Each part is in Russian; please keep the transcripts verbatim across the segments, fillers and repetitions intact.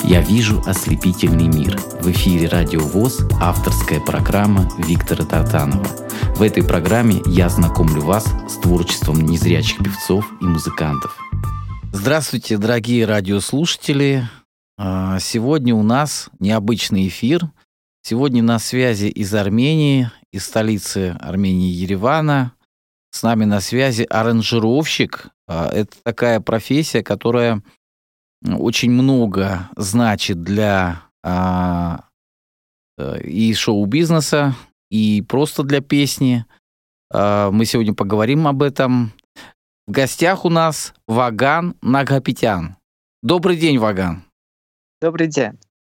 «Я вижу ослепительный мир». В эфире «Радио ВОС» авторская программа Виктора Тартанова. В этой программе я знакомлю вас с творчеством незрячих певцов и музыкантов. Здравствуйте, дорогие радиослушатели. Сегодня у нас необычный эфир. Сегодня на связи из Армении, из столицы Армении Еревана. С нами на связи аранжировщик. Это такая профессия, которая очень много значит для а, и шоу-бизнеса, и просто для песни. А, мы сегодня поговорим об этом. В гостях у нас Ваган Нагапетян. Добрый день, Ваган. Добрый день.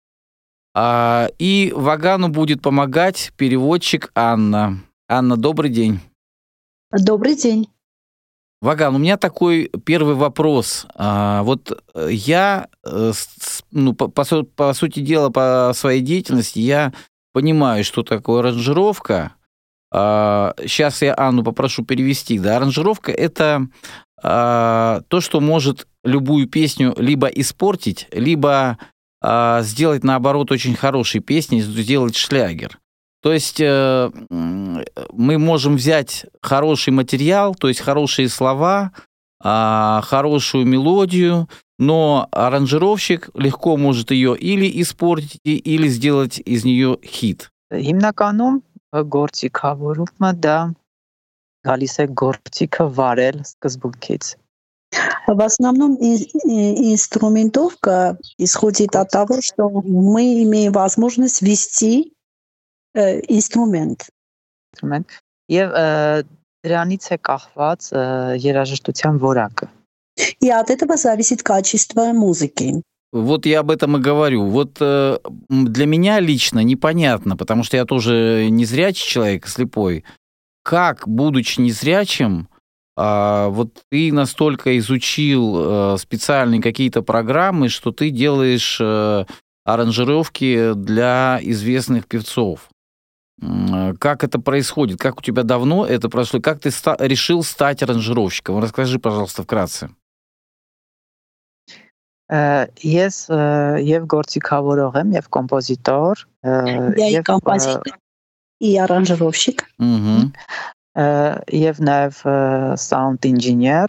А, и Вагану будет помогать переводчик Анна. Анна, добрый день. Добрый день. Ваган, у меня такой первый вопрос. А, вот я, ну, по, по, по сути дела, по своей деятельности, я понимаю, что такое аранжировка. А, сейчас я Анну попрошу перевести. Да, аранжировка — это а, то, что может любую песню либо испортить, либо а, сделать, наоборот, очень хорошей песней, сделать шлягер. То есть э, мы можем взять хороший материал, то есть хорошие слова, э, хорошую мелодию, но аранжировщик легко может ее или испортить, или сделать из нее хит. Հիմնականում գործիքավորումը դա գալիս է գործիքը վարել սկզբունքից. В основном инструментовка исходит от того, что мы имеем возможность вести ինստրումենտ ինստրումենտ եւ դրանից է кахված երաժշտության որակը. И от этого зависит качество музыки. Вот я об этом и говорю. Вот э, для меня лично непонятно, потому что я тоже незрячий человек, слепой. Как, будучи незрячим, э, вот ты настолько изучил э, специальные какие-то программы, что ты делаешь э, аранжировки для известных певцов. Как это происходит? Как у тебя давно это прошло? Как ты ста- решил стать аранжировщиком? Расскажи, пожалуйста, вкратце. Ես եւ գործիքավորող եմ եւ կոմպոզիտոր. Я и композитор, и аранжировщик. Угу. Եվ նաեւ sound engineer.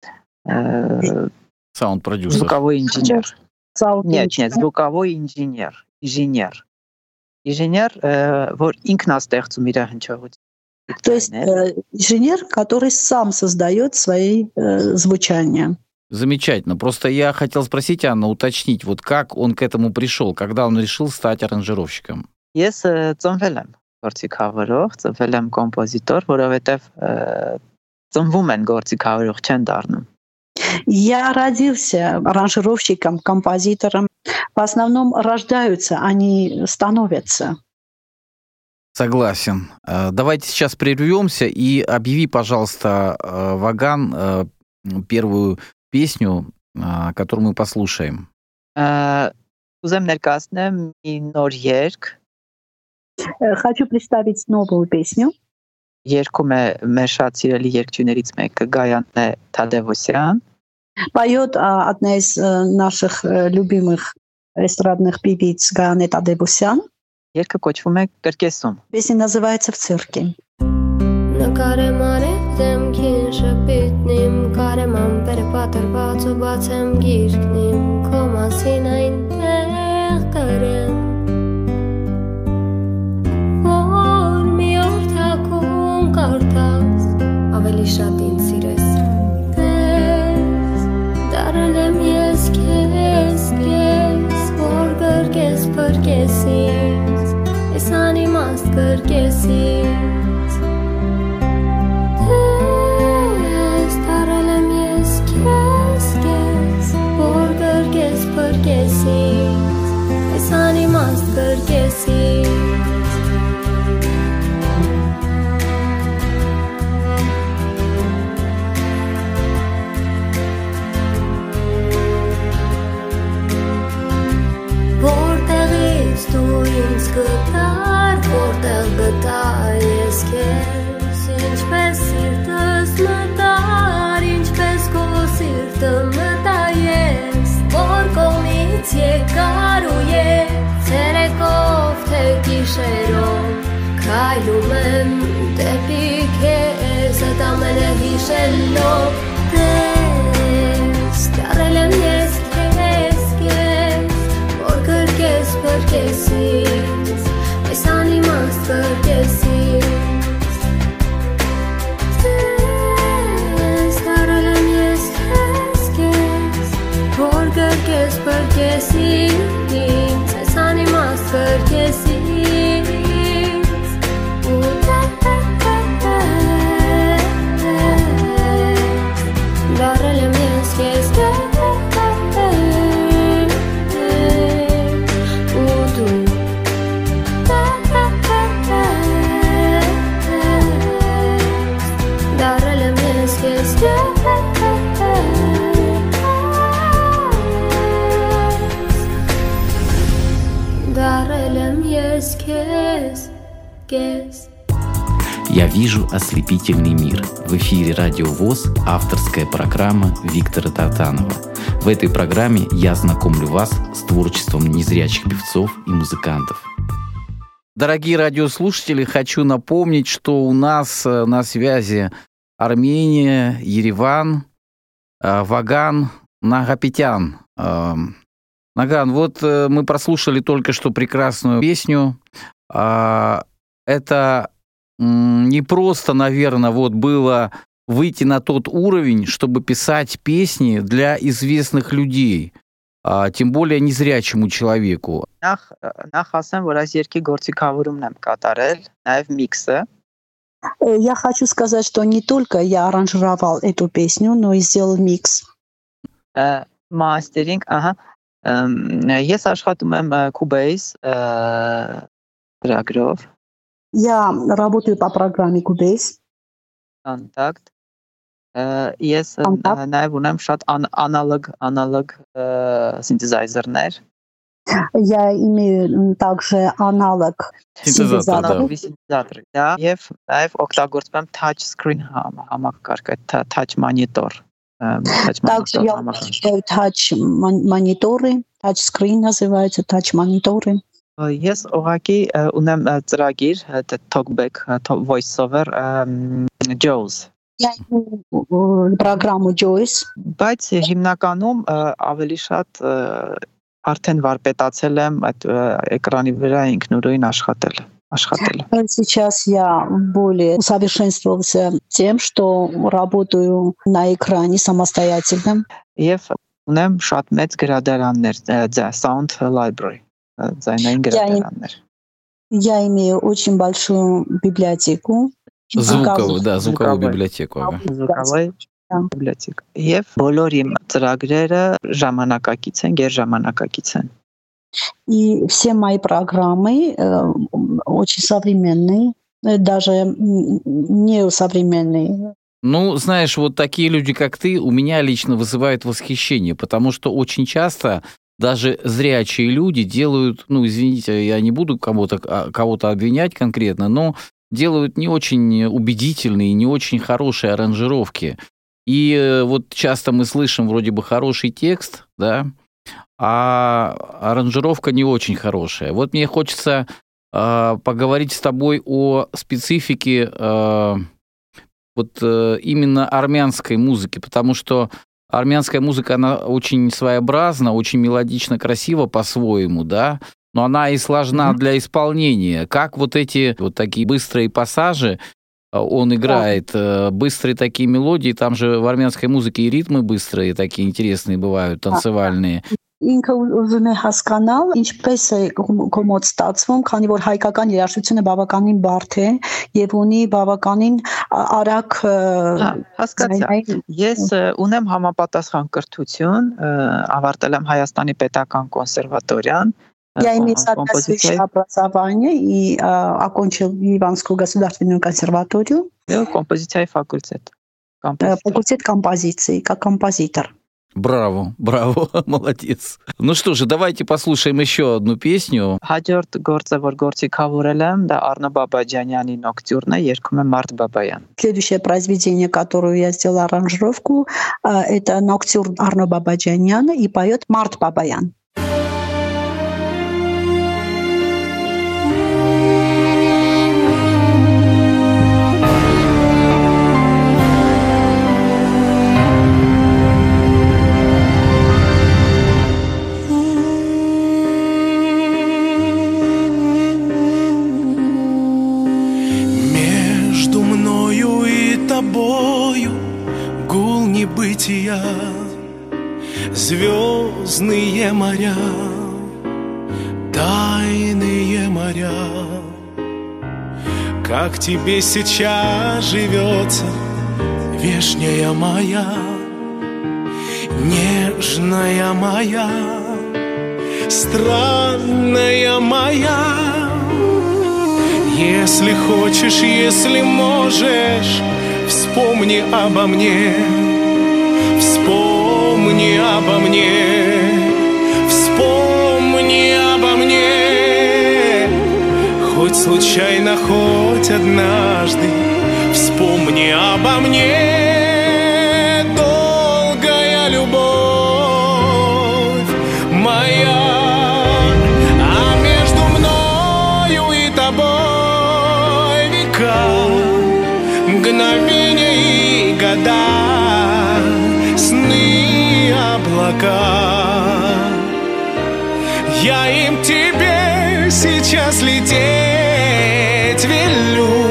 Sound producer. Звуковой инженер. Sound Нет, engineer. нет, звуковой инженер. Инженер. Инженер, որ ինքն է ստեղծում իր հնչողությունը. То есть э, инженер, который сам создает свои э, звучания. Замечательно. Просто я хотел спросить, Анна, уточнить, вот как он к этому пришел, когда он решил стать аранжировщиком? Ես ծնվել եմ գործիքավորող, ծնվել եմ կոմպոզիտոր, որովհետև ծնվում են գործիքավորող չեն դառնում. Я родился аранжировщиком, композитором. В основном рождаются, они становятся. Согласен. Давайте сейчас прервемся и объяви, пожалуйста, Ваган, первую песню, которую мы послушаем. Ուզեմ ներկայացնեմ մի նոր երգ. Хочу представить новую песню. Երգում է մեր շատ սիրելի երգչուներից մեկը Գայանե Թադևոսյան. Поет а, одна из а, наших а, любимых эстрадных певиц Гаянэ Թադևոսյան. Երգը կոչվում է Կրկեսում. Песня называется «В цирке». Նկարեմ արև դեմքին շպիտնիմ Կարեմ ամպերը պատրված ու բացեմ գիրկնիմ Քո մասին այնտեղ կարեմ Որ մի օր թակում կարդաս Ավելի շատ ինձ սիրես Տես Դարել եմ ես կես կես Որ կրկես պրկես ինձ Ես անիմաստ կրկես ինձ Ես անիմաստ կրկեսից Որտեղից դու ինձ գտար, որտեղ գտա ես քեզ Ինչպես սիրտս մտար, ինչպես քո սիրտը մտա ես Որ կողմից եկա կրկեսից, ես անիմաստ կրկեսից, ու դարել եմ ես քեզ Я вижу ослепительный мир. В эфире Радио ВОС, авторская программа Виктора Тартанова. В этой программе я знакомлю вас с творчеством незрячих певцов и музыкантов. Дорогие радиослушатели, хочу напомнить, что у нас на связи Армения, Ереван, Ваган, Нагапетян. Наган, вот мы прослушали только что прекрасную песню. Это не просто, наверное, вот было выйти на тот уровень, чтобы писать песни для известных людей, тем более незрячему человеку. Նախ նախ ասեմ, որ այս երկի գործիքավորումն եմ կատարել, նաև միքսը. Я хочу сказать, что не только я аранжировал эту песню, но и сделал микс. Мастеринг, ահա. Ես աշխատում եմ Cubase ծրագրով. Я работаю по программе Cubase. Contact. Ես նաև ունեմ շատ аналог аналог синтезайзерներ. Я имею также аналог սինթեզատոր, да, եւ նաև օգտագործում եմ touch screen համակարգ, touch monitor. Также я включаю touch мониторы, touch screen называется, touch мониторы. Ես ուղղակի ունեմ ծրագիր, talkback, voiceover, Jaws. Я имею программу Jaws. Բայց հիմնականում ավելի շատ արդեն վարպետացել եմ այդ էկրանի վրա ինքնուրույն աշխատել, աշխատել. Сейчас я более усовершенствовался тем, что работаю на экране самостоятельно. Եվ ունեմ շատ մեծ գրադարաններ, sound library, ձայնային գրադարաններ. Я имею очень большую библиотеку. Звуковую, да, звуковую библиотеку. Звуковую библиотека. Եվ բոլոր իմ ծրագրերը ժամանակակից են, գերժամանակակից են. И все мои программы э, очень современные, даже не современные. Ну, знаешь, вот такие люди, как ты, у меня лично вызывают восхищение, потому что очень часто даже зрячие люди делают, ну, извините, я не буду кого-то, кого-то обвинять конкретно, но делают не очень убедительные, не очень хорошие аранжировки. И вот часто мы слышим вроде бы хороший текст, да, а аранжировка не очень хорошая. Вот мне хочется э, поговорить с тобой о специфике э, вот э, именно армянской музыки, потому что армянская музыка, она очень своеобразна, очень мелодично, красива по-своему, да, но она и сложна mm-hmm. для исполнения. Как вот эти вот такие быстрые пассажи он играет, yeah. быстрые такие мелодии, там же в армянской музыке и ритмы быстрые, такие интересные бывают, танцевальные. Ինքը ուզում է հասկանալ ինչպես է կոմոդ ստացվում, քանի որ հայկական երաժշտությունը բավականին բարդ է եւ ունի բավականին արագ հասկացա։ Ես ունեմ համապատասխան կրթություն, ավարտել եմ Հայաստանի Պետական կոնսերվատորիան. Я имею соответствующее образование и окончил Иванскую государственную консерваторию. Композиция и факультет. Факультет композиции, как композитор. Браво, браво, молодец. Ну что же, давайте послушаем еще одну песню. Հաջորդ գործը, որ գործիքավորել եմ, դա Արնո Բաբաջանյանի Նոկտյուրն է, երգում է Մարդ Բաբայան. Следующее произведение, которое я сделал аранжировку, это Ноктюрн Арно Бабаджаняна и поет Март Бабаян. Звездные Тайные моря, тайные моря, как тебе сейчас живется, вешняя моя, нежная моя, странная моя. Если хочешь, если можешь, вспомни обо мне, вспомни обо мне, вспомни обо мне. Хоть случайно, хоть однажды, вспомни обо мне. Долгая любовь моя, а между мною и тобой века, мгновения и года, сны, облака. Я им тебе сейчас лететь велю,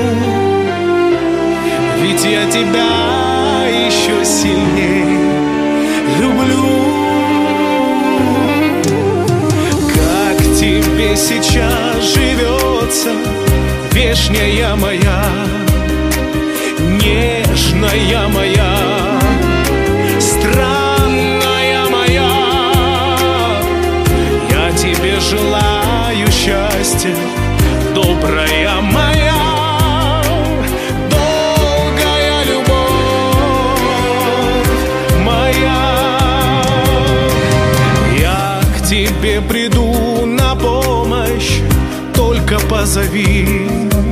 ведь я тебя еще сильнее люблю. Как тебе сейчас живется, вешняя моя, нежная моя, странная моя. Я тебе желаю счастья, добрая моя, долгая любовь моя. Я к тебе приду на помощь, только позови,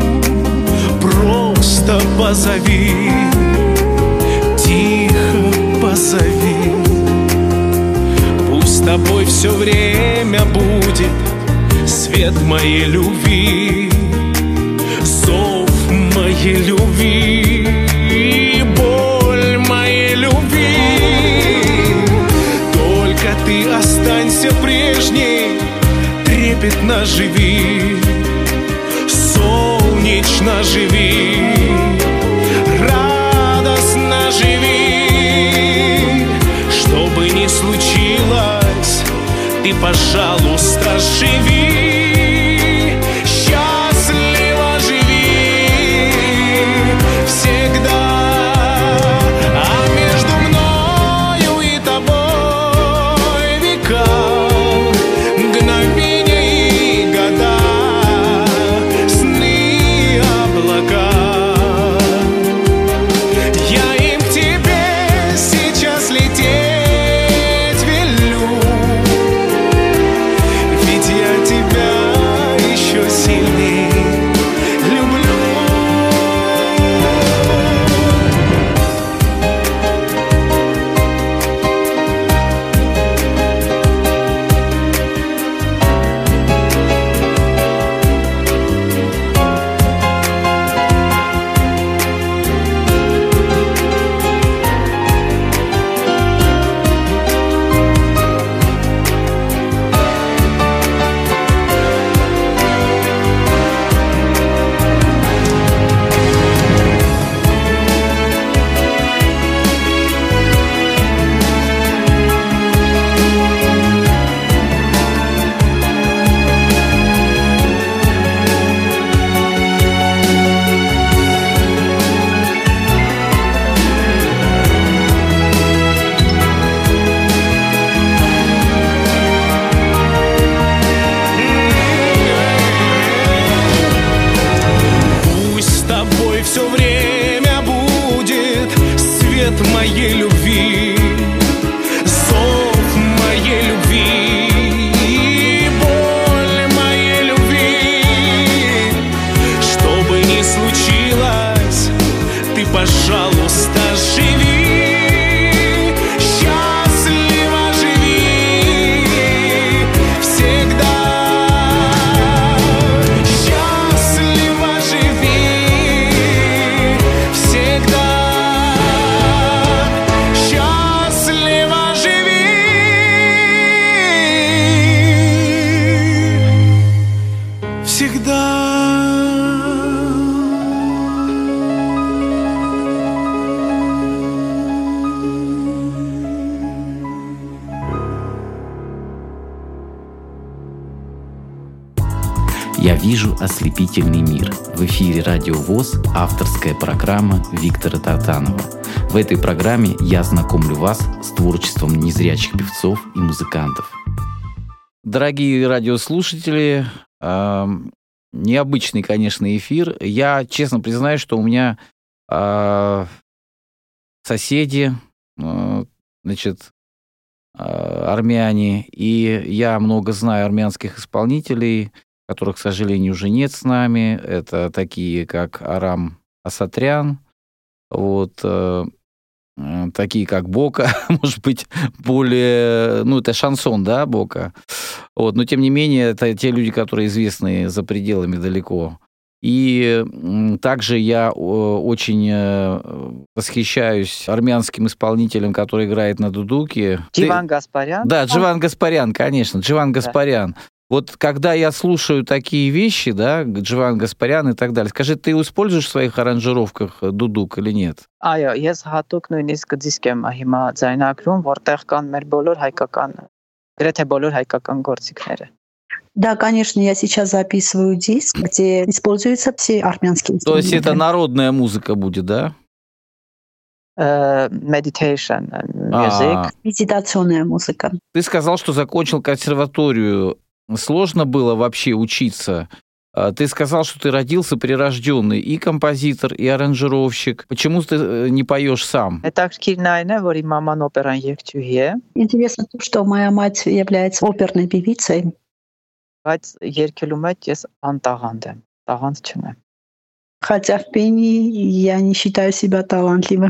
просто позови, тихо позови. Пусть с тобой все время будет свет моей любви, зов моей любви, боль моей любви. Только ты останься прежней, трепетно живи, солнечно живи, радостно живи. Что бы ни случилось, ты, пожалуйста, живи, счастливо живи всегда. А между мною и тобой века, мгновения и года, сны, облака. Я им тебе сейчас лететь велю, ведь я тебя Я вижу ослепительный мир. В эфире Радио ВОС авторская программа Виктора Тартанова. В этой программе я знакомлю вас с творчеством незрячих певцов и музыкантов. Дорогие радиослушатели, э, необычный, конечно, эфир. Я честно признаюсь, что у меня э, соседи, э, значит, э, армяне, и я много знаю армянских исполнителей, которых, к сожалению, уже нет с нами. Это такие, как Арам Асатрян, вот, э, э, такие, как Бока, может быть, более... Ну, это шансон, да, Бока? Вот, но, тем не менее, это те люди, которые известны за пределами далеко. И м, также я э, очень э, восхищаюсь армянским исполнителем, который играет на дудуке. Дживан Ты- Гаспарян. Да, Дживан Гаспарян, конечно, Дживан Гаспарян. Вот когда я слушаю такие вещи, да, Дживан Гаспарян и так далее, скажи, ты используешь в своих аранжировках дудук или нет? Այո, ես հատուկ նույնիսկ դիսկ եմ հիմա ձայնագրում, որտեղ կան մեր բոլոր հայկական, գրեթե բոլոր հայկական գործիքները։ Да, конечно, я сейчас записываю диск, где используются все армянские То есть это инструменты. народная музыка будет, да? Э, Meditation music. А, Медитационная музыка. ты сказал, что закончил консерваторию. Сложно было вообще учиться? А, Ты сказал, что ты родился прирожденный и композитор, и аранжировщик. Почему ты э, не поешь сам? Հետաքրքիրն այն է, որ իմ մաման օպերան երգչուհի է, Интересно то, что моя мать является оперной певицей, բայց երգելու մեջ ես անտաղանդ եմ, տաղանդ չունեմ։ хотя в пении я не считаю себя талантливым.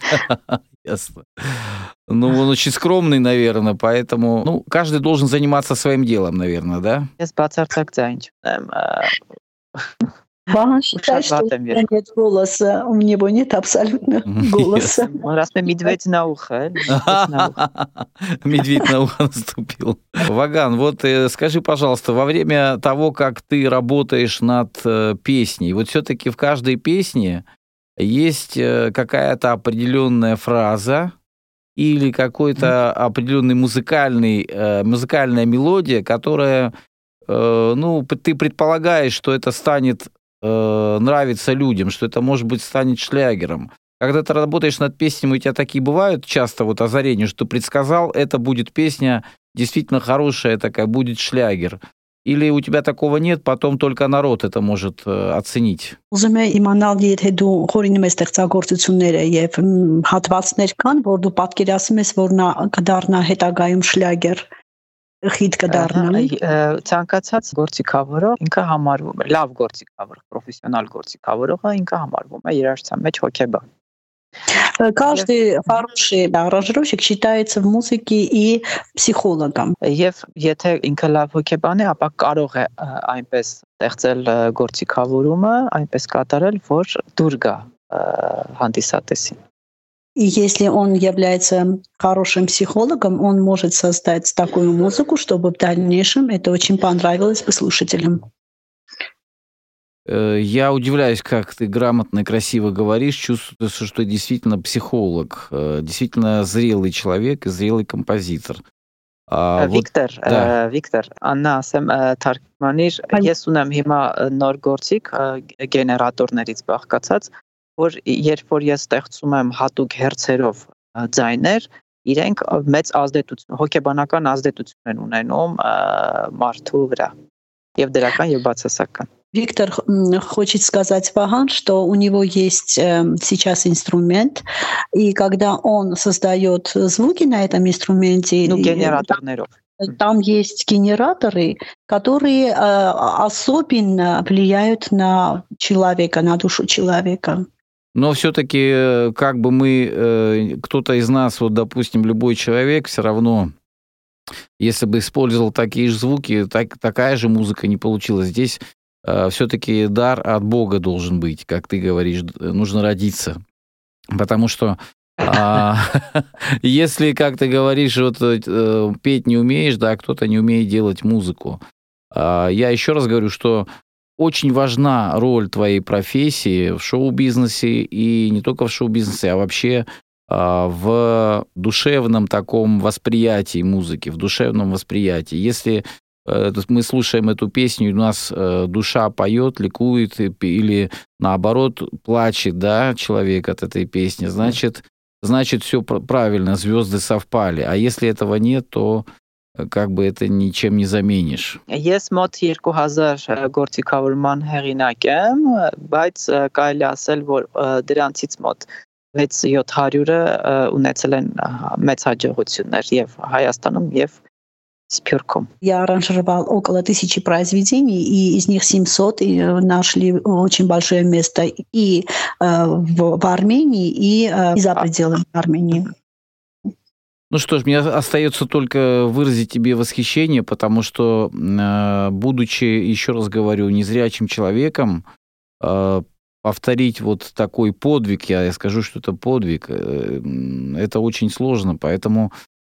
Ясно. Ну, он очень скромный, наверное, поэтому... Ну, каждый должен заниматься своим делом, наверное, да? Ես բացարձակ ձայն չունեմ, ը, Вахан считает, что у Ушат меня нет голоса, у него нет абсолютно голоса. որ ասում եմ միդվեջ նաուխ է, միդվեջ նաուխ։ Медведь на ухо наступил. Ваган, вот э, скажи, пожалуйста, во время того, как ты работаешь над э, песней, вот все-таки в каждой песне есть э, какая-то определенная фраза или какой-то определенный музыкальный, э, музыкальная мелодия, которая, э, ну, п- ты предполагаешь, что это станет э, нравиться людям, что это, может быть, станет шлягером. Когда ты работаешь над песнями, у тебя такие бывают часто вот озарения, что ты предсказал, это будет песня действительно хорошая такая, будет шлягер. Или у тебя такого нет, потом только народ это может э, оценить? Ուզում եմ իմանալ, եթե դու խորինում ես ստեղծագործությունները եւ մ, հատվածներ կան, որ դու պատկերացնում ես, որ նա կդառնա հետագայում շլագեր, խիտ կդառնա։ Ահա, ցանկացած գործիքավորող ինքը համարվում է լավ գործիքավորող, պրոֆեսիոնալ գործիքավորողը ինքը համարվում է երաժշտության մեջ հոգեբան։ Каждый хороший аранжировщик считается в музыке и психологом. Եվ եթե ինքը лավ հոգեբան է, ապա կարող է ը, այնպես ստեղծել ը, գործիքավորումը, այնպես կատարել, որ դուր գա ը, հանդիսատեսին։ И если он является хорошим психологом, он может создать такую музыку, чтобы в дальнейшем это очень понравилось бы слушателям. Э, Я удивляюсь, как ты грамотно и красиво говоришь, чувствуется, что ты действительно психолог, э, действительно зрелый человек и зрелый композитор. А вот, Վիկտոր, ը, да. Վիկտոր, Աննա ասեմ ը, թարգմանիր, Այո։ ես ունեմ հիմա ը, նոր գործիք ը, գեներատորներից բաղկացած, որ երբ որ ես ստեղծում եմ հատուկ հերցերով ը, ձայներ, իրենք ը, մեծ ազդեցություն, հոգեբանական ազդեցություն են ունենում ը, մարդու վրա, եւ դրական եւ բացասական։ Виктор м, хочет сказать Вахан, что у него есть э, сейчас инструмент, и когда он создает звуки на этом инструменте, Ну, и, գեներատորներով։ э, там есть генераторы, которые э, особенно влияют на человека, на душу человека. Но все-таки, как бы мы, э, кто-то из нас, вот, допустим, любой человек, все равно, если бы использовал такие же звуки, так, такая же музыка не получилась. Здесь э, все-таки дар от Бога должен быть, как ты говоришь, д- нужно родиться. Потому что а, если, как ты говоришь, вот, э, петь не умеешь, да, кто-то не умеет делать музыку. А, я еще раз говорю, что очень важна роль твоей профессии в шоу-бизнесе, и не только в шоу-бизнесе, а вообще а, в душевном таком восприятии музыки, в душевном восприятии. Если мы слушаем эту песню, и у нас душа поет, ликует, или наоборот плачет, да, человек от этой песни, значит, значит все правильно, звезды совпали. А если этого нет, то как бы это ничем не заменишь. Ես մոտ երկու հազար գործիքավորման հեղինակ եմ, բայց կարելի ասել, որ դրանցից мոտ վեց-յոթ հարյուրը ունեցել են մեծ հաջողություններ եւ Հայաստանում եւ Спирком. Я аранжировал около тысячи произведений, и из них семьсот нашли очень большое место и э, в, в Армении, и, э, и за пределами Армении. Ну что ж, мне остается только выразить тебе восхищение, потому что, э, будучи, еще раз говорю, незрячим человеком, э, повторить вот такой подвиг, я скажу, что это подвиг, э, это очень сложно, поэтому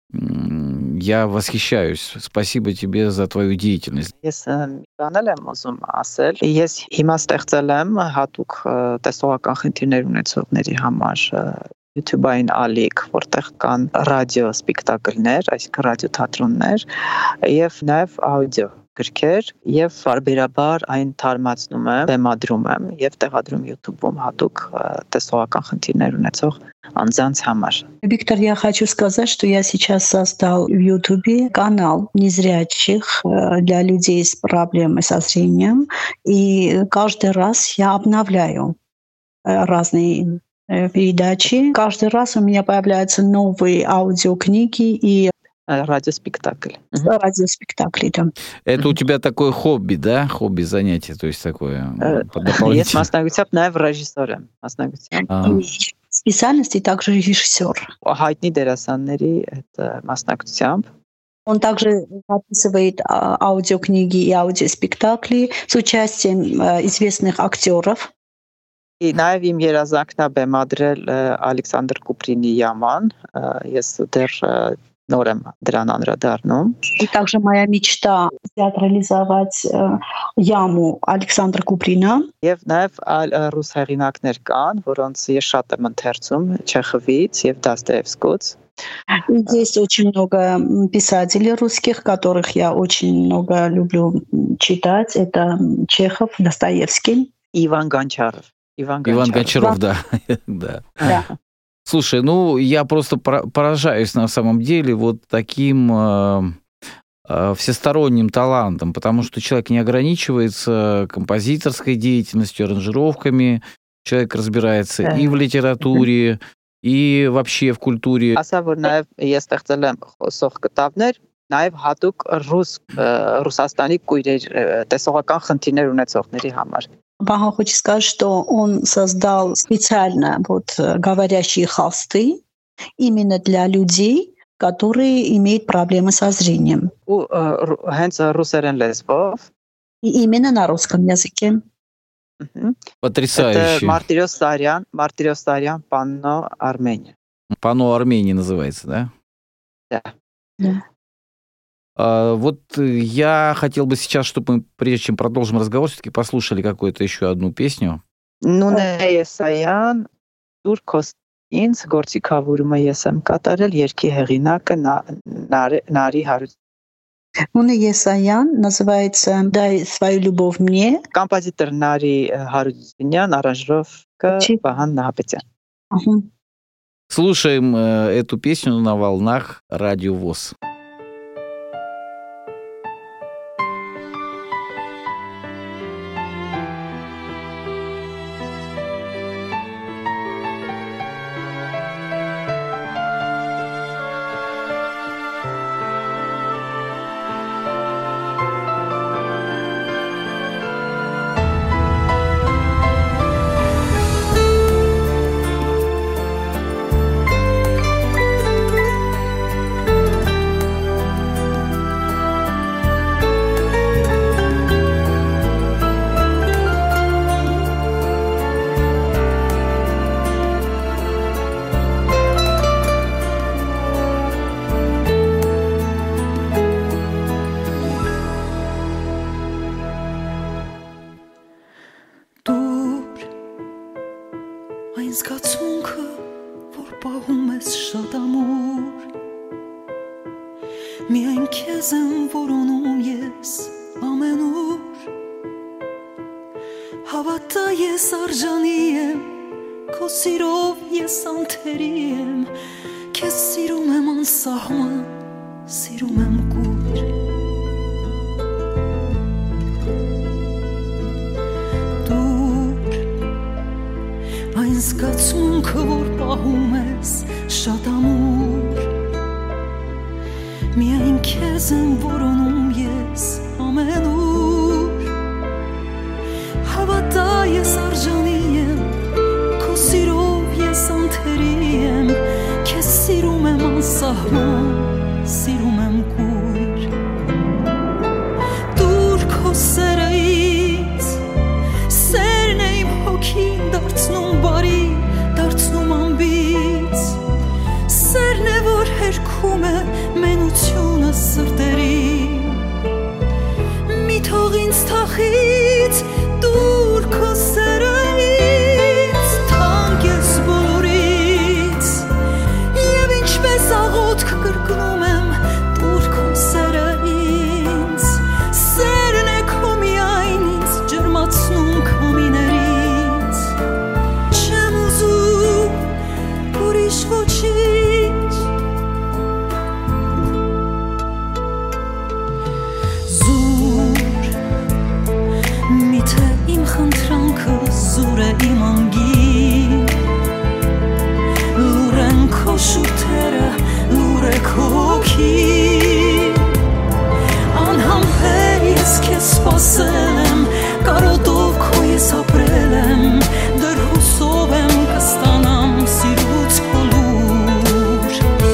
я восхищаюсь. Спасибо тебе за твою деятельность. Ես բանել եմ ուզում ասել, ես հիմա ստեղծել եմ հատուկ տեսողական խնդիրներ ունեցողների համար YouTube-ային ալիք, որտեղ կան ռադիո սպեկտակլներ, այսինքն ռադիո թատրոններ եւ նաեւ աուդիո գրքեր եւ բարբերաբար այն թարմացնում եմ, բեմադրում եմ եւ տեղադրում YouTube-ում հատուկ տեսողական խնդիրներ ունեցող անձանց համար. Виктор, я хочу сказать, что я сейчас создал в YouTube канал незрячих для людей с проблемой со зрением, и каждый раз я обновляю разные передачи. Каждый раз у меня появляются новые аудиокниги и радиоспектакль. Радиоспектакли, да. Это у тебя такое хобби, да? Хобби, занятие, то есть такое дополнительное. Ես մասնագիտությամբ նաև ռեժիսոր եմ, մասնագիտությամբ. Специальности также режиссер. Հայտնի դերասանների այդ մասնագիտությամբ. Он также записывает аудиокниги и аудиоспектакли с участием известных актеров. И նաև իմ երազանքն է բեմադրել Ալեքսանդր Կուպրինի Yaman. Ես դեռ նոր եմ դրան անդրադառնում. И также моя мечта театрализовать яму Александра Куприна. Եվ նաև այլ ռուս հեղինակներ կան, որոնց ես շատ եմ ընթերցում Չեխովից եւ Դաստոևսկուց. Есть очень много писателей русских, которых я очень много люблю читать. Это Чехов, Достоевский. Иван Гончаров. Иван Гончаров, Иван Гончаров, да. да. да. Слушай, ну я просто поражаюсь на самом деле вот таким э, э, всесторонним талантом, потому что человек не ограничивается композиторской деятельностью, аранжировками, человек разбирается и в литературе, и вообще в культуре. Ասա որ նաև ես ստեղծել եմ խոսող կտավներ, նաև հատուկ ռուս Ռուսաստանի կույրեր տեսողական խնդիրներ ունեցողների համար. Паха хочет сказать, что он создал специально вот говорящие холсты именно для людей, которые имеют проблемы со зрением. У հենց ռուսերեն լեզվով. И именно на русском языке. Потрясающе. Это Мартирос Сарян, Мартирос Сарян, Панно Армения. Панно Армении называется, да? Да. Да. А, вот я хотел бы сейчас, чтобы мы, прежде чем продолжим разговор, все-таки послушали какую-то еще одну песню. Նունե Եսայան, դուր կոստինց գործիքավորումը ես եմ կատարել երկի հեղինակը Նարի Հարությունյան. Нуне Եսаյան называется «Дай свою любовь мне». Композитор Нари Харутюнян, аранжировка Вахан Нахапетян. Угу. Слушаем э, эту песню на волнах Радио ВОС. Միայն քեզ եմ որոնում ես Հավատա ես արժանի եմ, քո սիրով ես անթերի եմ, քեզ սիրում եմ անսահման, սիրում եմ կույր։ Դուր այն զգացմունքը, որ պահում ես շատ ամուր, միայն քեզ եմ որոնում ես ամենուր։ Հավատա ես արժանի եմ, քո սիրով ես անթերի եմ, քեզ սիրում եմ անսահման, սիրում եմ կույր։ Դուր քո սերը ինձ, սերն է իմ հոգին դարձնում բարի, դարձնում անբիծ, սերն է, որ հերքում է մենությունը սրտերին։ Մի թող ինձ թախից դուր քո սերը ինձ, թանկ ես բոլորից, և ինչպես աղոթք կրկնում եմ դուր քո սերը ինձ, սերն է քո միայն ինձ ջերմացնում քամիներից, չեմ ուզում ուրիշ ոչինչ։ Զուր միթե իմ խնդրանքը զուր է իմ անգին, լուր են քո շուրթերը, լուր է քո հոգին, անհամբեր ես քեզ սպասել եմ, կարոտով քո ես ապրել եմ, դեռ հուսով եմ կստանամ սիրուց քո լուր։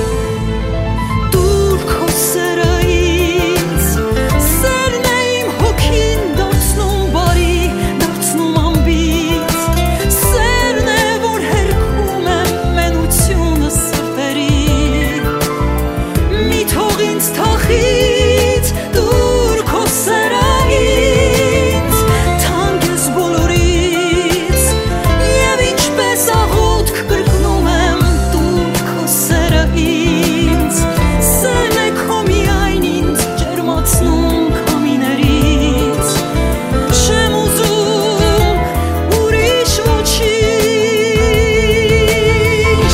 Դուր քո սերը ինձ, սերն է իմ հոգին դարձնում բարի, դարձնում անբիծ, սերն է, որ հերքում է մենությունը սրտերին։ Մի թող ինձ թախից դուր քո սերը ինձ, թանկ ես բոլորից, և ինչպես աղոթք կրկնում եմ դուր քո սերը ինձ, սերն է քո միայն ինձ ջերմացնում քամիներից, չեմ ուզում ուրիշ ոչինչ։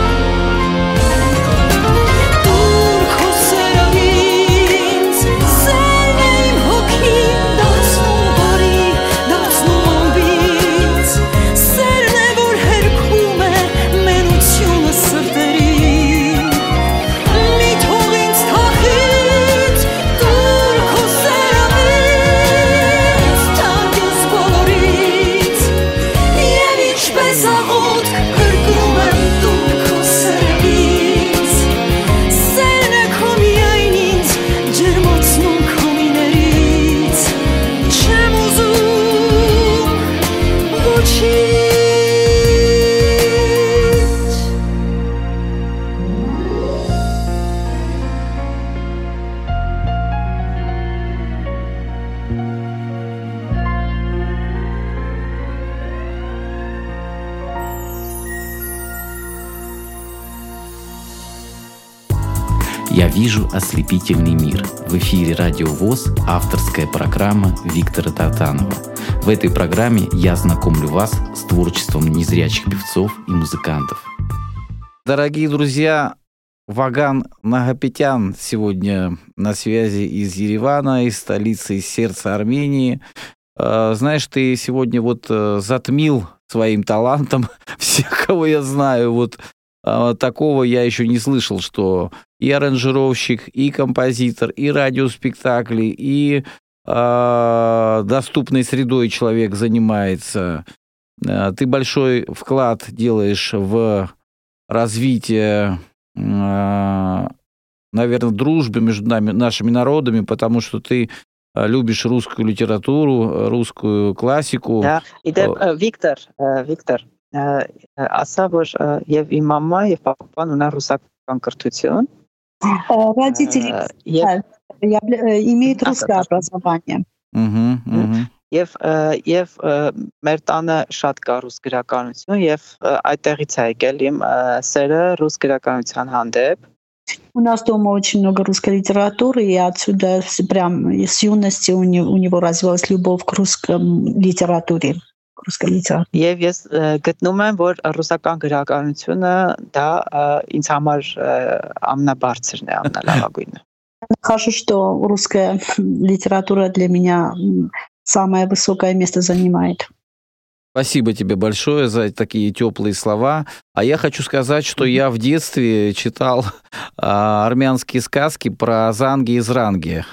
Դուր քո սերը ինձ, սերն է իմ հոգին դարձնում բարի, դարձնում անբիծ, սերն է, որ հերքում է մենությունը սրտերին։ Մի թող ինձ թախից դուր քո սերը ինձ, թանկ ես բոլորից, և ինչպես աղոթք կրկնում եմ դուր քո սերը ինձ, սերն է քո միայն ինձ ջերմացնում քամիներից, չեմ ուզում ոչինչ։ «Я вижу ослепительный мир». В эфире Радио ВОС авторская программа Виктора Тартанова. В этой программе я знакомлю вас с творчеством незрячих певцов и музыкантов. Дорогие друзья, Ваган Нагапетян сегодня на связи из Еревана, из столицы, из сердца Армении. Знаешь, ты сегодня вот затмил своим талантом всех, кого я знаю. Вот такого я еще не слышал, что и аранжировщик, и композитор, и радиоспектакли, и э, доступной средой человек занимается. Ты большой вклад делаешь в развитие, э, наверное, дружбы между нами, нашими народами, потому что ты любишь русскую литературу, русскую классику. Да, и да, Виктор, Виктор, ասա որ եւ իմ մամա եւ պապան ունեն ռուսական կրթություն. Родители имеют русское образование. Եվ եւ մեր տանը շատ կա ռուս գրականություն եւ այդտեղից է եկել իմ սերը ռուս գրականության հանդեպ. У нас дома очень много русской литературы, и отсюда прям с юности у него, у него развилась любовь к русской литературе. ռուսկա լիտերատուրա։ Եվ ես ը, գտնում եմ, որ ռուսական գրականությունը դա ը, ինձ համար ը, ամենաբարձրն է, ամենալավագույնը։ Хожу, что русская литература для меня м, самое высокое место занимает. Спасибо тебе большое за такие теплые слова. А я хочу сказать, что я в детстве читал а, армянские сказки про Занги и Зранги.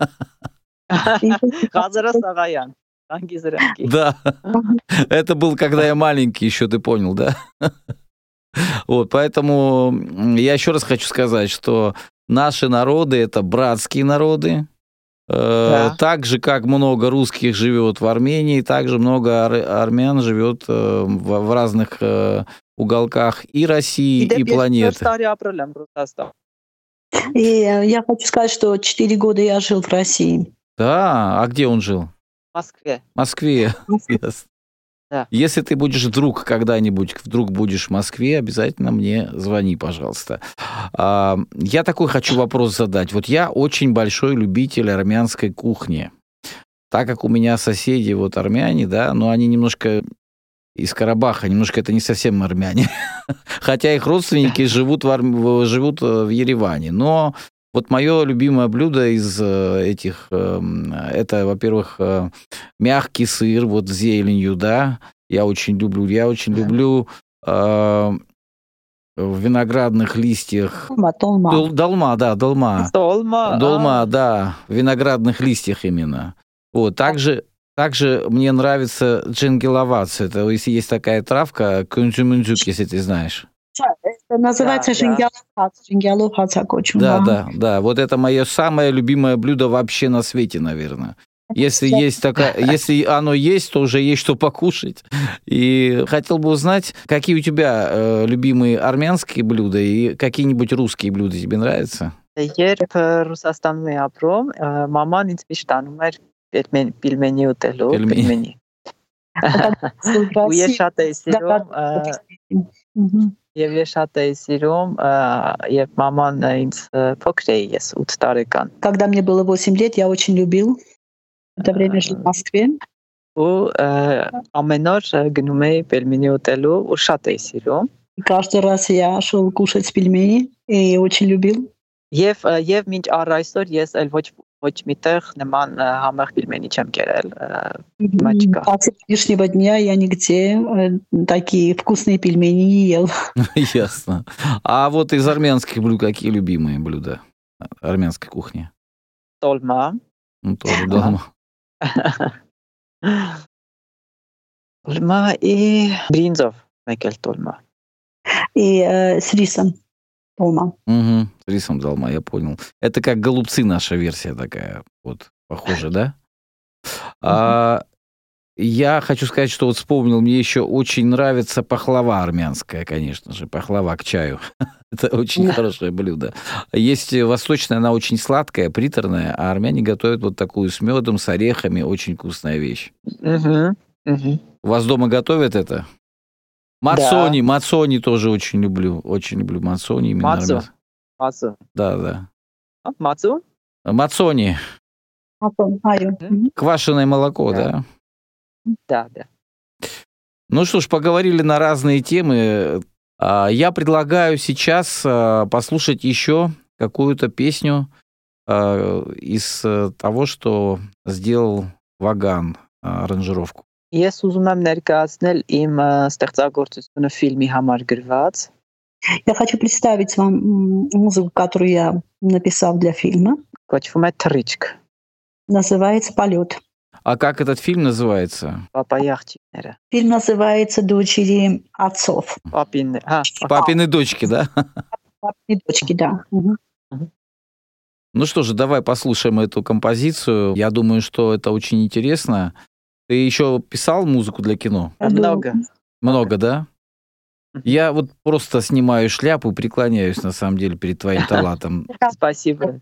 Ղազարը Սաղայան, Անգի Զրանգի։ Да, это был, когда я маленький еще, ты понял, да? Вот, поэтому м, я еще раз хочу сказать, что наши народы — это братские народы. Э, Да. Так же, как много русских живет в Армении, так же много ар- армян живет э, в, в разных э, уголках и России, и планеты. Տարի ապրել եմ Ռուսաստան։ И э, я хочу сказать, что четыре года я жил в России. Да, а где он жил? В Москве։ В Москве. Ясно. Да. Если ты будешь вдруг когда-нибудь, вдруг будешь в Москве, обязательно мне звони, пожалуйста. А, я такой хочу вопрос задать. Вот я очень большой любитель армянской кухни. Так как у меня соседи вот армяне, да, но они немножко из Карабаха, немножко это не совсем армяне. Хотя их родственники живут в, Арм- в- живут э, в Ереване. Но вот мое любимое блюдо из э, этих, э, это, во-первых, э, мягкий сыр вот с зеленью, да, я очень люблю. Я очень люблю э, в виноградных листьях. Потом Дол- Долма, да, долма. Долма։ Долма, да, в виноградных листьях именно. Вот, также, также мне нравится джингеловац. Это если есть такая травка, кунжумунджук, если ты знаешь. это называется Да, да. жингялов хац, жингялов хацакочум. Да, да, да. Вот это мое самое любимое блюдо вообще на свете, наверное. Если есть такая, если оно есть, то уже есть что покушать. И хотел бы узнать, какие у тебя э, любимые армянские блюда и какие-нибудь русские блюда тебе нравятся? Երբ Ռուսաստանում էի ապրում, ը, մաման ինձ միշտ տանում էր պիլմեն- պիլմենի ուտելու, Պիլմենի։ պիլմենի։ Ու ես շատ էի սիրում, ը, Мгм. եւ ես շատ էի սիրում, ը, եւ մաման ինձ ը, փոքր էի ես ութ տարեկան։ Когда мне было восемь лет, я очень любил. В это время жил в Москве. Ու ը, ամեն օր ը, գնում էի պիլմենի ուտելու ու շատ էի սիրում։ И каждый раз я шел кушать пельмени и очень любил. Եվ ը, եւ մինչ առ այսօր ես այլ ոչ ոչ միտեղ նման ը, համեղ պիլմենի չեմ կերել։ ը, Мачка. После сегодняшнего дня я нигде э, такие вкусные пельмени не ел. Ясно. А вот из армянских блюд какие любимые блюда армянской кухни? Տոլմա։ Ну, тоже дома. Տոլմա и бринзов, մեկ էլ տոլմա։ И э, с рисом. Дома. Угу. С рисом долма, я понял. Это как голубцы, наша версия такая, вот, похоже, да? А, я хочу сказать, что вот вспомнил, мне еще очень нравится пахлава армянская, конечно же, пахлава к чаю. Это очень хорошее блюдо. Есть восточная, она очень сладкая, приторная, а армяне готовят вот такую с медом, с орехами, очень вкусная вещь. Угу. Угу. У вас дома готовят это? Мацони, мацони тоже очень люблю, очень люблю мацони. именно Мацу. армян- Մածու։ Да, да. Ա, Մածու։ Мацони, Потом, айо. Мгм. квашеное молоко, Да. да? Да, да. Ну что ж, поговорили на разные темы. А, Я предлагаю сейчас а, послушать еще какую-то песню а, из а, того, что сделал Ваган, а, аранжировку. Ես ուզում եմ ներկայացնել իմ ը, ստեղծագործությունը ֆիլմի համար գրված։ Я хочу представить вам м, музыку, которую я написал для фильма. Կոչվում է Թռիչք, Называется «Полет». А как этот фильм называется? Պապայի աղջիկները։ Фильм называется «Дочери отцов». Պապին, հա, Папины дочки, да? И дочки, да. Мгм. Ну что же, давай послушаем эту композицию. Я думаю, что это очень интересно. Ты еще писал музыку для кино? много։ Много, да? Я вот просто снимаю шляпу и преклоняюсь, на самом деле, перед твоим талантом. Спасибо։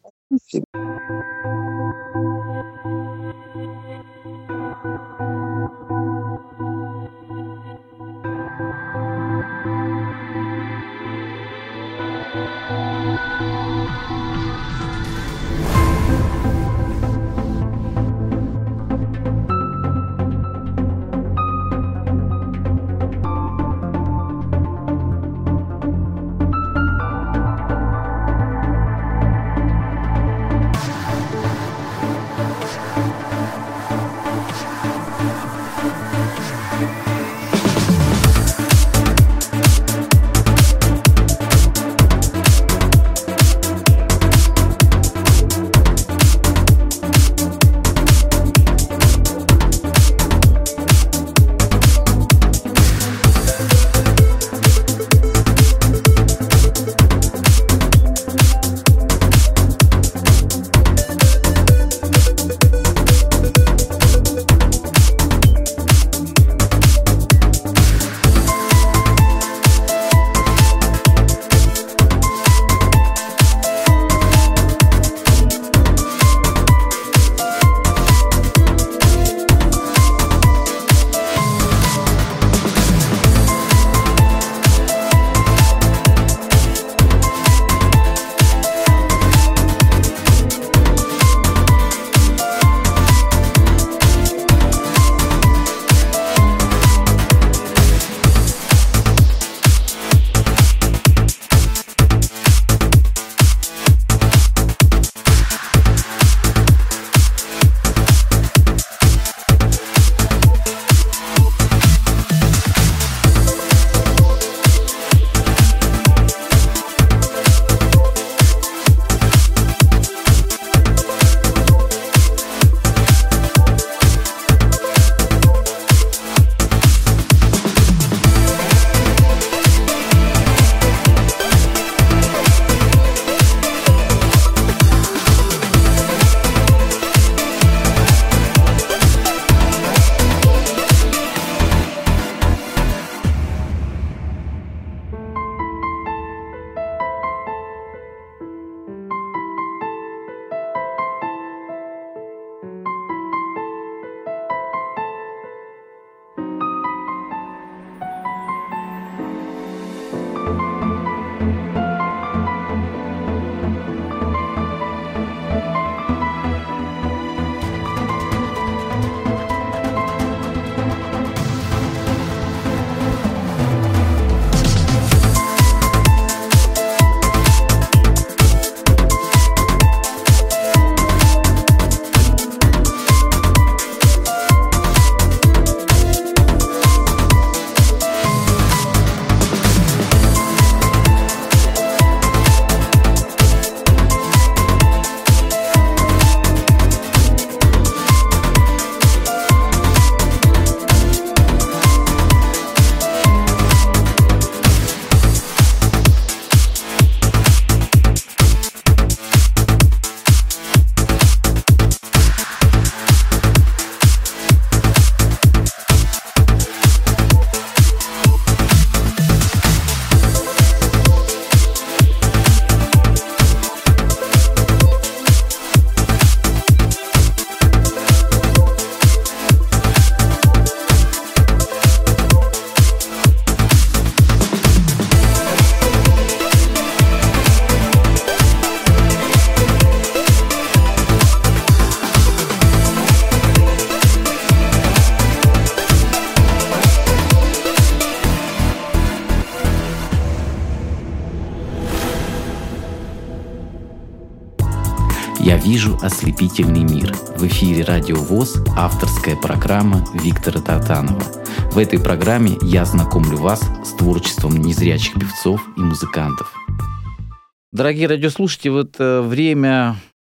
«Вижу ослепительный мир». В эфире Радио ВОС авторская программа Виктора Тартанова. В этой программе я знакомлю вас с творчеством незрячих певцов и музыкантов. Дорогие радиослушатели, вот время,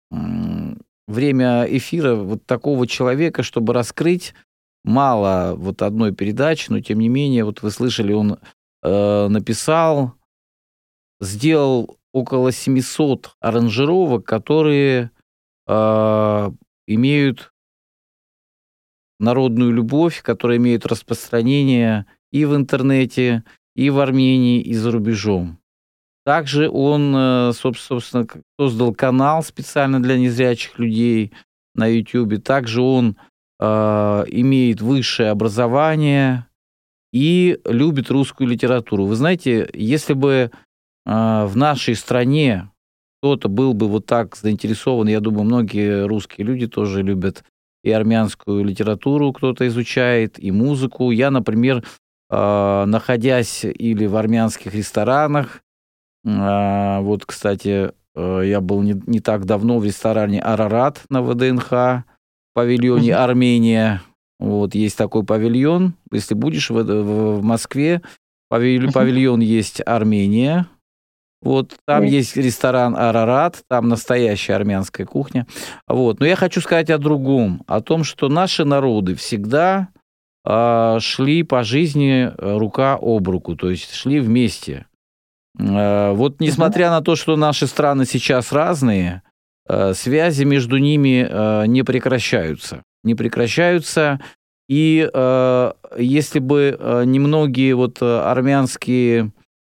время эфира вот такого человека, чтобы раскрыть, мало вот одной передачи, но тем не менее, вот вы слышали, он э, написал, сделал около семисот аранжировок, которые э, имеют народную любовь, которые имеют распространение и в интернете, и в Армении, и за рубежом. Также он, э, собственно, создал канал специально для незрячих людей на Ютубе. Также он э, имеет высшее образование и любит русскую литературу. Вы знаете, если бы в нашей стране кто-то был бы вот так заинтересован, я думаю, многие русские люди тоже любят и армянскую литературу, кто-то изучает, и музыку. Я, например, находясь или в армянских ресторанах, вот, кстати, я был не, не так давно в ресторане «Арарат» на ВДНХ, в павильоне mm-hmm. «Армения». Вот, есть такой павильон. Если будешь в, в, в Москве, павиль, mm-hmm. павильон есть «Армения». Вот, там mm. есть ресторан «Арарат», там настоящая армянская кухня. Вот. Но я хочу сказать о другом, о том, что наши народы всегда э, шли по жизни рука об руку, то есть шли вместе. Э, вот несмотря mm-hmm. на то, что наши страны сейчас разные, э, связи между ними э, не прекращаются. Не прекращаются. И э, если бы э, немногие вот армянские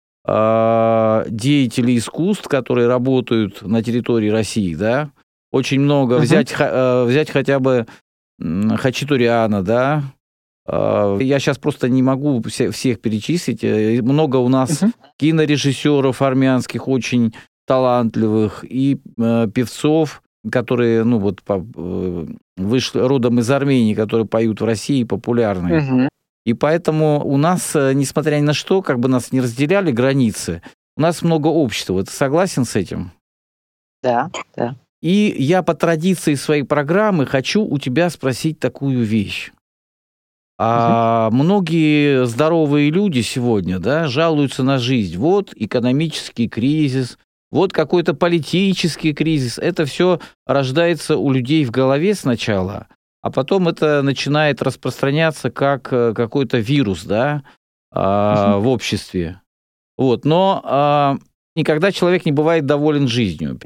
деятели искусств, которые работают на территории России, да, очень много. Uh-huh. Взять, взять хотя бы Хачатуряна, да, я сейчас просто не могу всех перечислить. Много у нас uh-huh. кинорежиссеров армянских, очень талантливых, и певцов, которые, ну вот, вышли родом из Армении, которые поют в России, популярные. Uh-huh. И поэтому у нас, несмотря ни на что, как бы нас не разделяли границы, у нас много общего. Ты согласен с этим? Да, да. И я по традиции своей программы хочу у тебя спросить такую вещь. А угу. многие здоровые люди сегодня, да, жалуются на жизнь. Вот экономический кризис, вот какой-то политический кризис. Это все рождается у людей в голове сначала, а потом это начинает распространяться как какой-то вирус, да, uh-huh. в обществе. Вот. Но а, никогда человек не бывает доволен жизнью.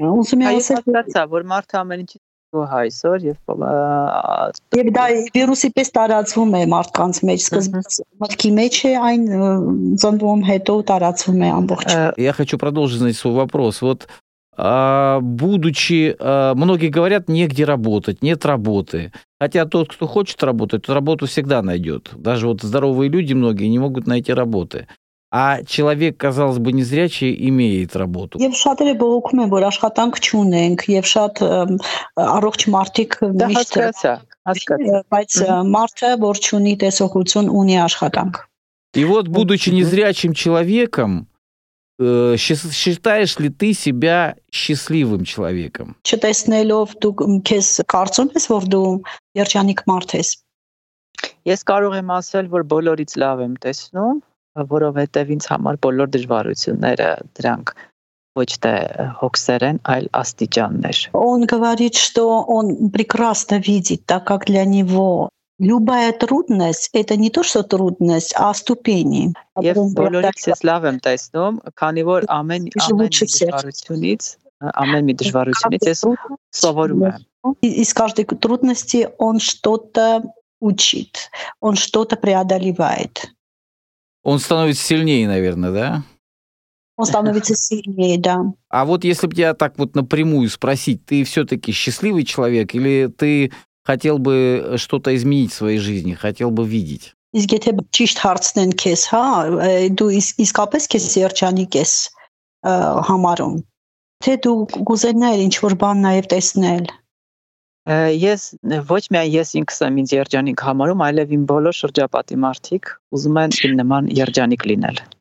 Եվ դա վիրուսի պես տարածվում է մարդկանց մեջ, սկզբից մտքի մեջ է այն ծնվում, հետո տարածվում է ամբողջ. Я хочу продолжить, знаете, свой вопрос. Вот а, будучи, а, многие говорят, негде работать, нет работы. Хотя тот, кто хочет работать, тот работу всегда найдет. Даже вот здоровые люди многие не могут найти работы. А человек, казалось бы, незрячий, имеет работу. Եվ շատերը բողոքում են, որ աշխատանք չունենք, եւ շատ առողջ մարդիկ միշտ բայց մարդը, որ չունի տեսողություն, ունի աշխատանք. И вот, будучи незрячим человеком, считаешь ли ты себя счастливым человеком? Չտեսնելով դու քեզ կարծում ես, որ դու երջանիկ մարդ ես? Ես կարող եմ ասել, որ բոլորից լավ եմ տեսնում, որովհետև ինձ համար բոլոր դժվարությունները дранг ոչ թե հոգսեր են, այլ աստիճաններ. Он говорит, что он прекрасно видит, так как для него любая трудность это не то, что трудность, а ступени. Եվ բոլորից ես լավ եմ տեսնում, քանի որ ամեն ամեն դժվարությունից, ամեն մի դժվարությունից ես սովորում եմ. Из каждой трудности он что-то учит, он что-то преодолевает. Он становится сильнее, наверное, да? Он становится сильнее, да. А вот если бы тебя так вот напрямую спросить, ты все-таки счастливый человек или ты хотел бы что-то изменить в своей жизни, хотел бы видеть? Իսկ եթե ճիշտ հարցնեն քեզ, հա, դու իսկապես քեզ երջանիկ ես համարում, թե դու կուզենայիր ինչ-որ բան նաև տեսնել? Ես ոչ միայն ես ինքս եմ ինձ երջանիկ համարում, այլև իմ բոլոր շրջապատի մարդիկ ուզում են իմ նման երջանիկ լինել.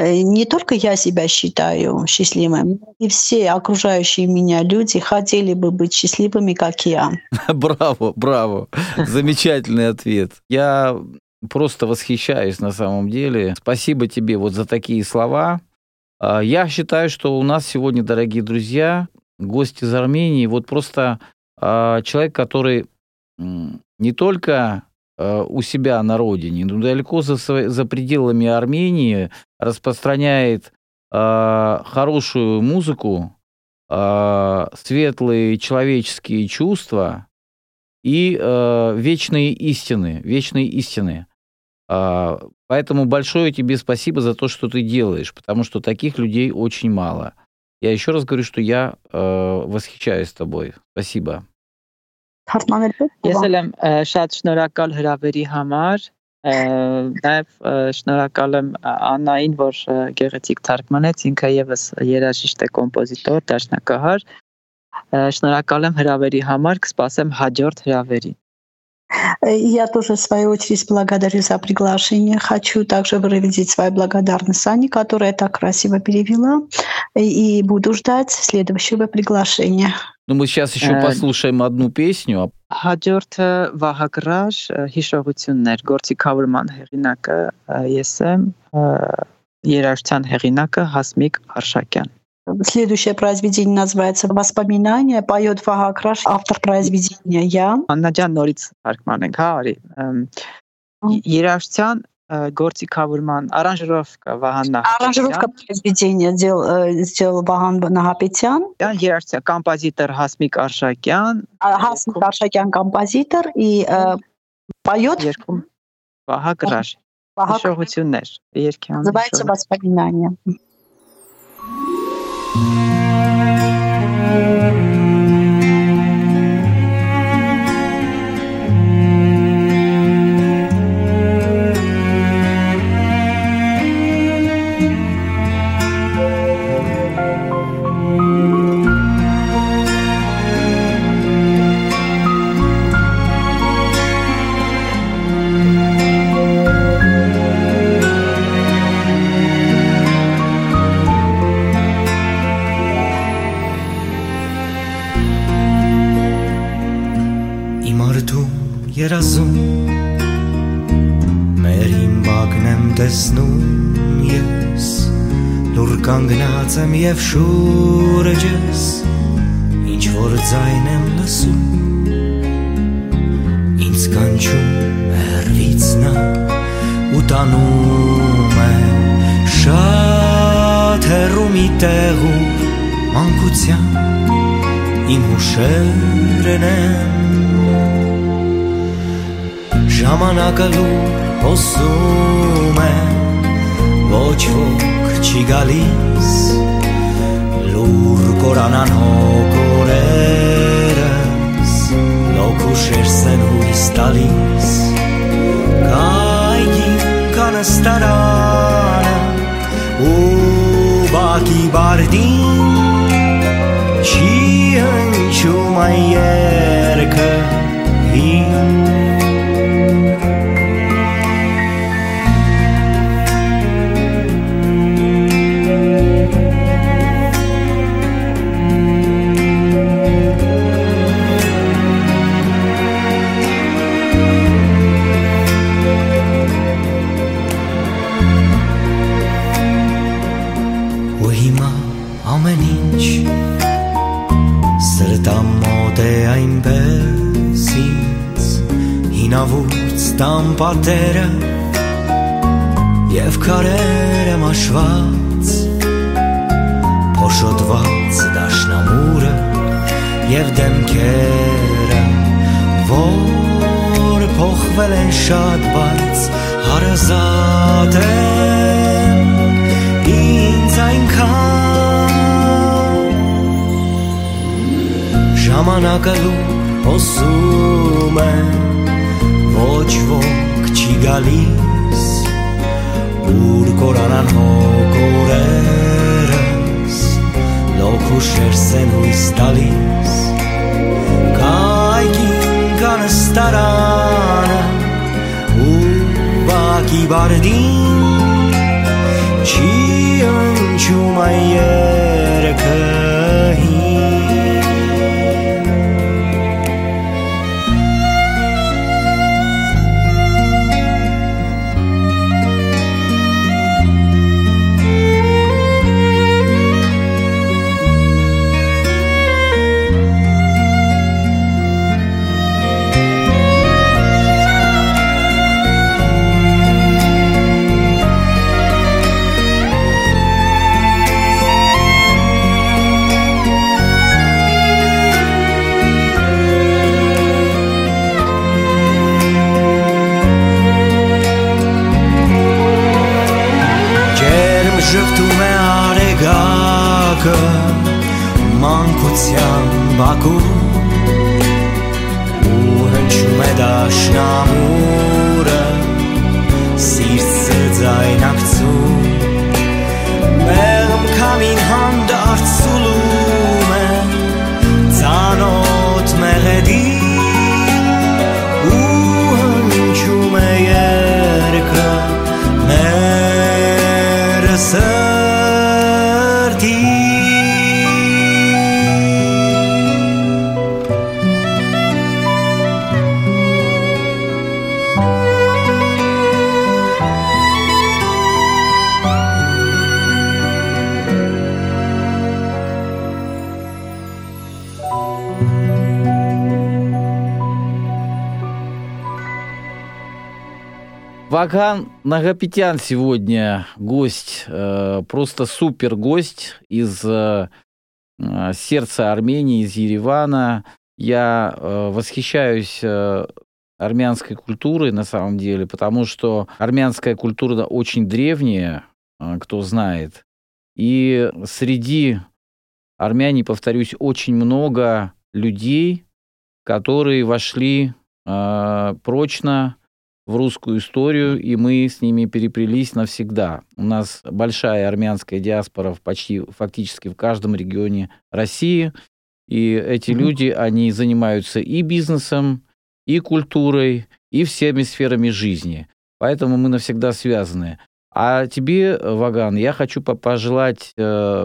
Не только я себя считаю счастливым, и все окружающие меня люди хотели бы быть счастливыми, как я. Браво, браво. Замечательный ответ. Я просто восхищаюсь на самом деле. Спасибо тебе вот за такие слова. Я считаю, что у нас сегодня, дорогие друзья, гость из Армении, вот просто человек, который не только у себя на родине, но далеко за, за пределами Армении распространяет хорошую музыку, светлые человеческие чувства и вечные истины, вечные истины. Поэтому большое тебе спасибо за то, что ты делаешь, потому что таких людей очень мало. Я еще раз говорю, что я восхищаюсь тобой. Спасибо. Ես էլ եմ շատ շնորհակալ հրավերի համար, նաև շնորհակալ եմ Աննային, որ գեղեցիկ թարգմանեց, ինքը եւս երաժիշտ է, կոմպոզիտոր, դաշնակահար։ Շնորհակալ եմ հրավերի համար, կսպասեմ հաջորդ հրավերին։ Я тоже, в свою очередь, благодарю за приглашение. Хочу также выразить свою благодарность Ане, которая так красиво перевела, и буду ждать следующего приглашения. Ну, мы сейчас еще послушаем одну песню. Հաջորդը Վահագրաշ հիշողություններ, գործիքավորման հեղինակը ես եմ, երաժշտության հեղինակը Հասմիկ Արշակյան։ Следующее произведение называется «Воспоминания», поет Вахакраш, автор произведения я. Աննա ջան, նորից թարգմանենք, հա, արի։ Երաժշտության գործիքավորման аранжировка Վահան Նահապետյան։ Аранжировка произведения сделал Վահան Նահապետյան։ Երաժշտության композитор Հասմիկ Արշակյան։ Հասմիկ Արշակյան композитор и поет Վահագրաշ։ Հիշողություններ, երգի անուն։ Называется «Воспоминания». Երազում մեր իմ բակն եմ տեսնում ես լուր կանգնած եմ և շուրջս ինչ որ ձայն եմ լսում ինձ կանչում հեռվից նա ու տանում է շատ հեռու մի տեղում մանկության իմ հուշերն են Ժամանակը լուր հոսում է, ոչ ոք չի գալիս, լուր կորանան հոգորերս, լոքու շերսեն հույս տալիս, կայքին կանստարանը, ու բակի բարդին, չի հնչում այն երգը հին, Տամ պատերը և քարերը մաշված փոշոտված դաշնամուրը և դեմքերը որ փոխվել են շատ բայց հարազատ են ինձ այնքան ժամանակը լուր հոսում են ոչ ոք չի գալիս ուր կորանան հոգորերս լոքու շերսեն հույս տալիս կայքին կանստարանը ու բակի բարդին Չի ընչում այն երգը Ժպտում է արեգակը մանկության բակում ու հնչում է դաշնամուրը սիրտը ձայնակցում մեղմ քամին հանդարտ սուլում է ծանոթ մեղեդին ու հնչում է երգը սրտի Ваган Нагапетян сегодня гость, э, просто супер гость из э, сердца Армении, из Еревана. Я э, восхищаюсь э, армянской культурой на самом деле, потому что армянская культура очень древняя, э, кто знает. И среди армяне, повторюсь, очень много людей, которые вошли э, прочно в русскую историю, и мы с ними переплелись навсегда. У нас большая армянская диаспора почти фактически в каждом регионе России, и эти mm-hmm. люди, они занимаются и бизнесом, и культурой, и всеми сферами жизни. Поэтому мы навсегда связаны. А тебе, Ваган, я хочу пожелать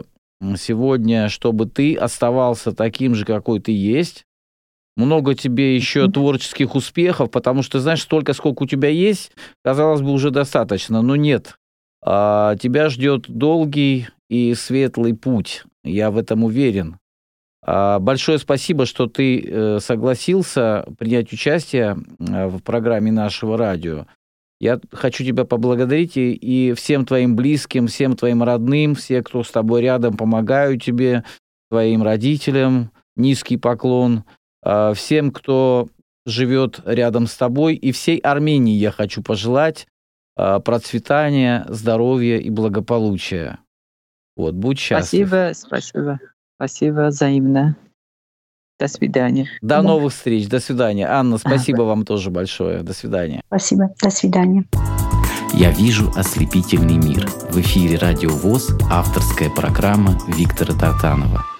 сегодня, чтобы ты оставался таким же, какой ты есть. Много тебе еще творческих успехов, потому что, знаешь, столько, сколько у тебя есть, казалось бы, уже достаточно, но нет. А, тебя ждет долгий и светлый путь, я в этом уверен. А, большое спасибо, что ты э, согласился принять участие э, в программе нашего радио. Я хочу тебя поблагодарить и, и всем твоим близким, всем твоим родным, все, кто с тобой рядом, помогают тебе, твоим родителям, низкий поклон. Всем, кто живет рядом с тобой, и всей Армении я хочу пожелать процветания, здоровья и благополучия. Вот, будь счастлив. Спасибо, спасибо. Спасибо взаимно. До свидания. До да. новых встреч. До свидания. Анна, спасибо ага. вам тоже большое. До свидания. Спасибо. До свидания. «Я вижу ослепительный мир». В эфире Радио ВОС, авторская программа Виктора Тартанова.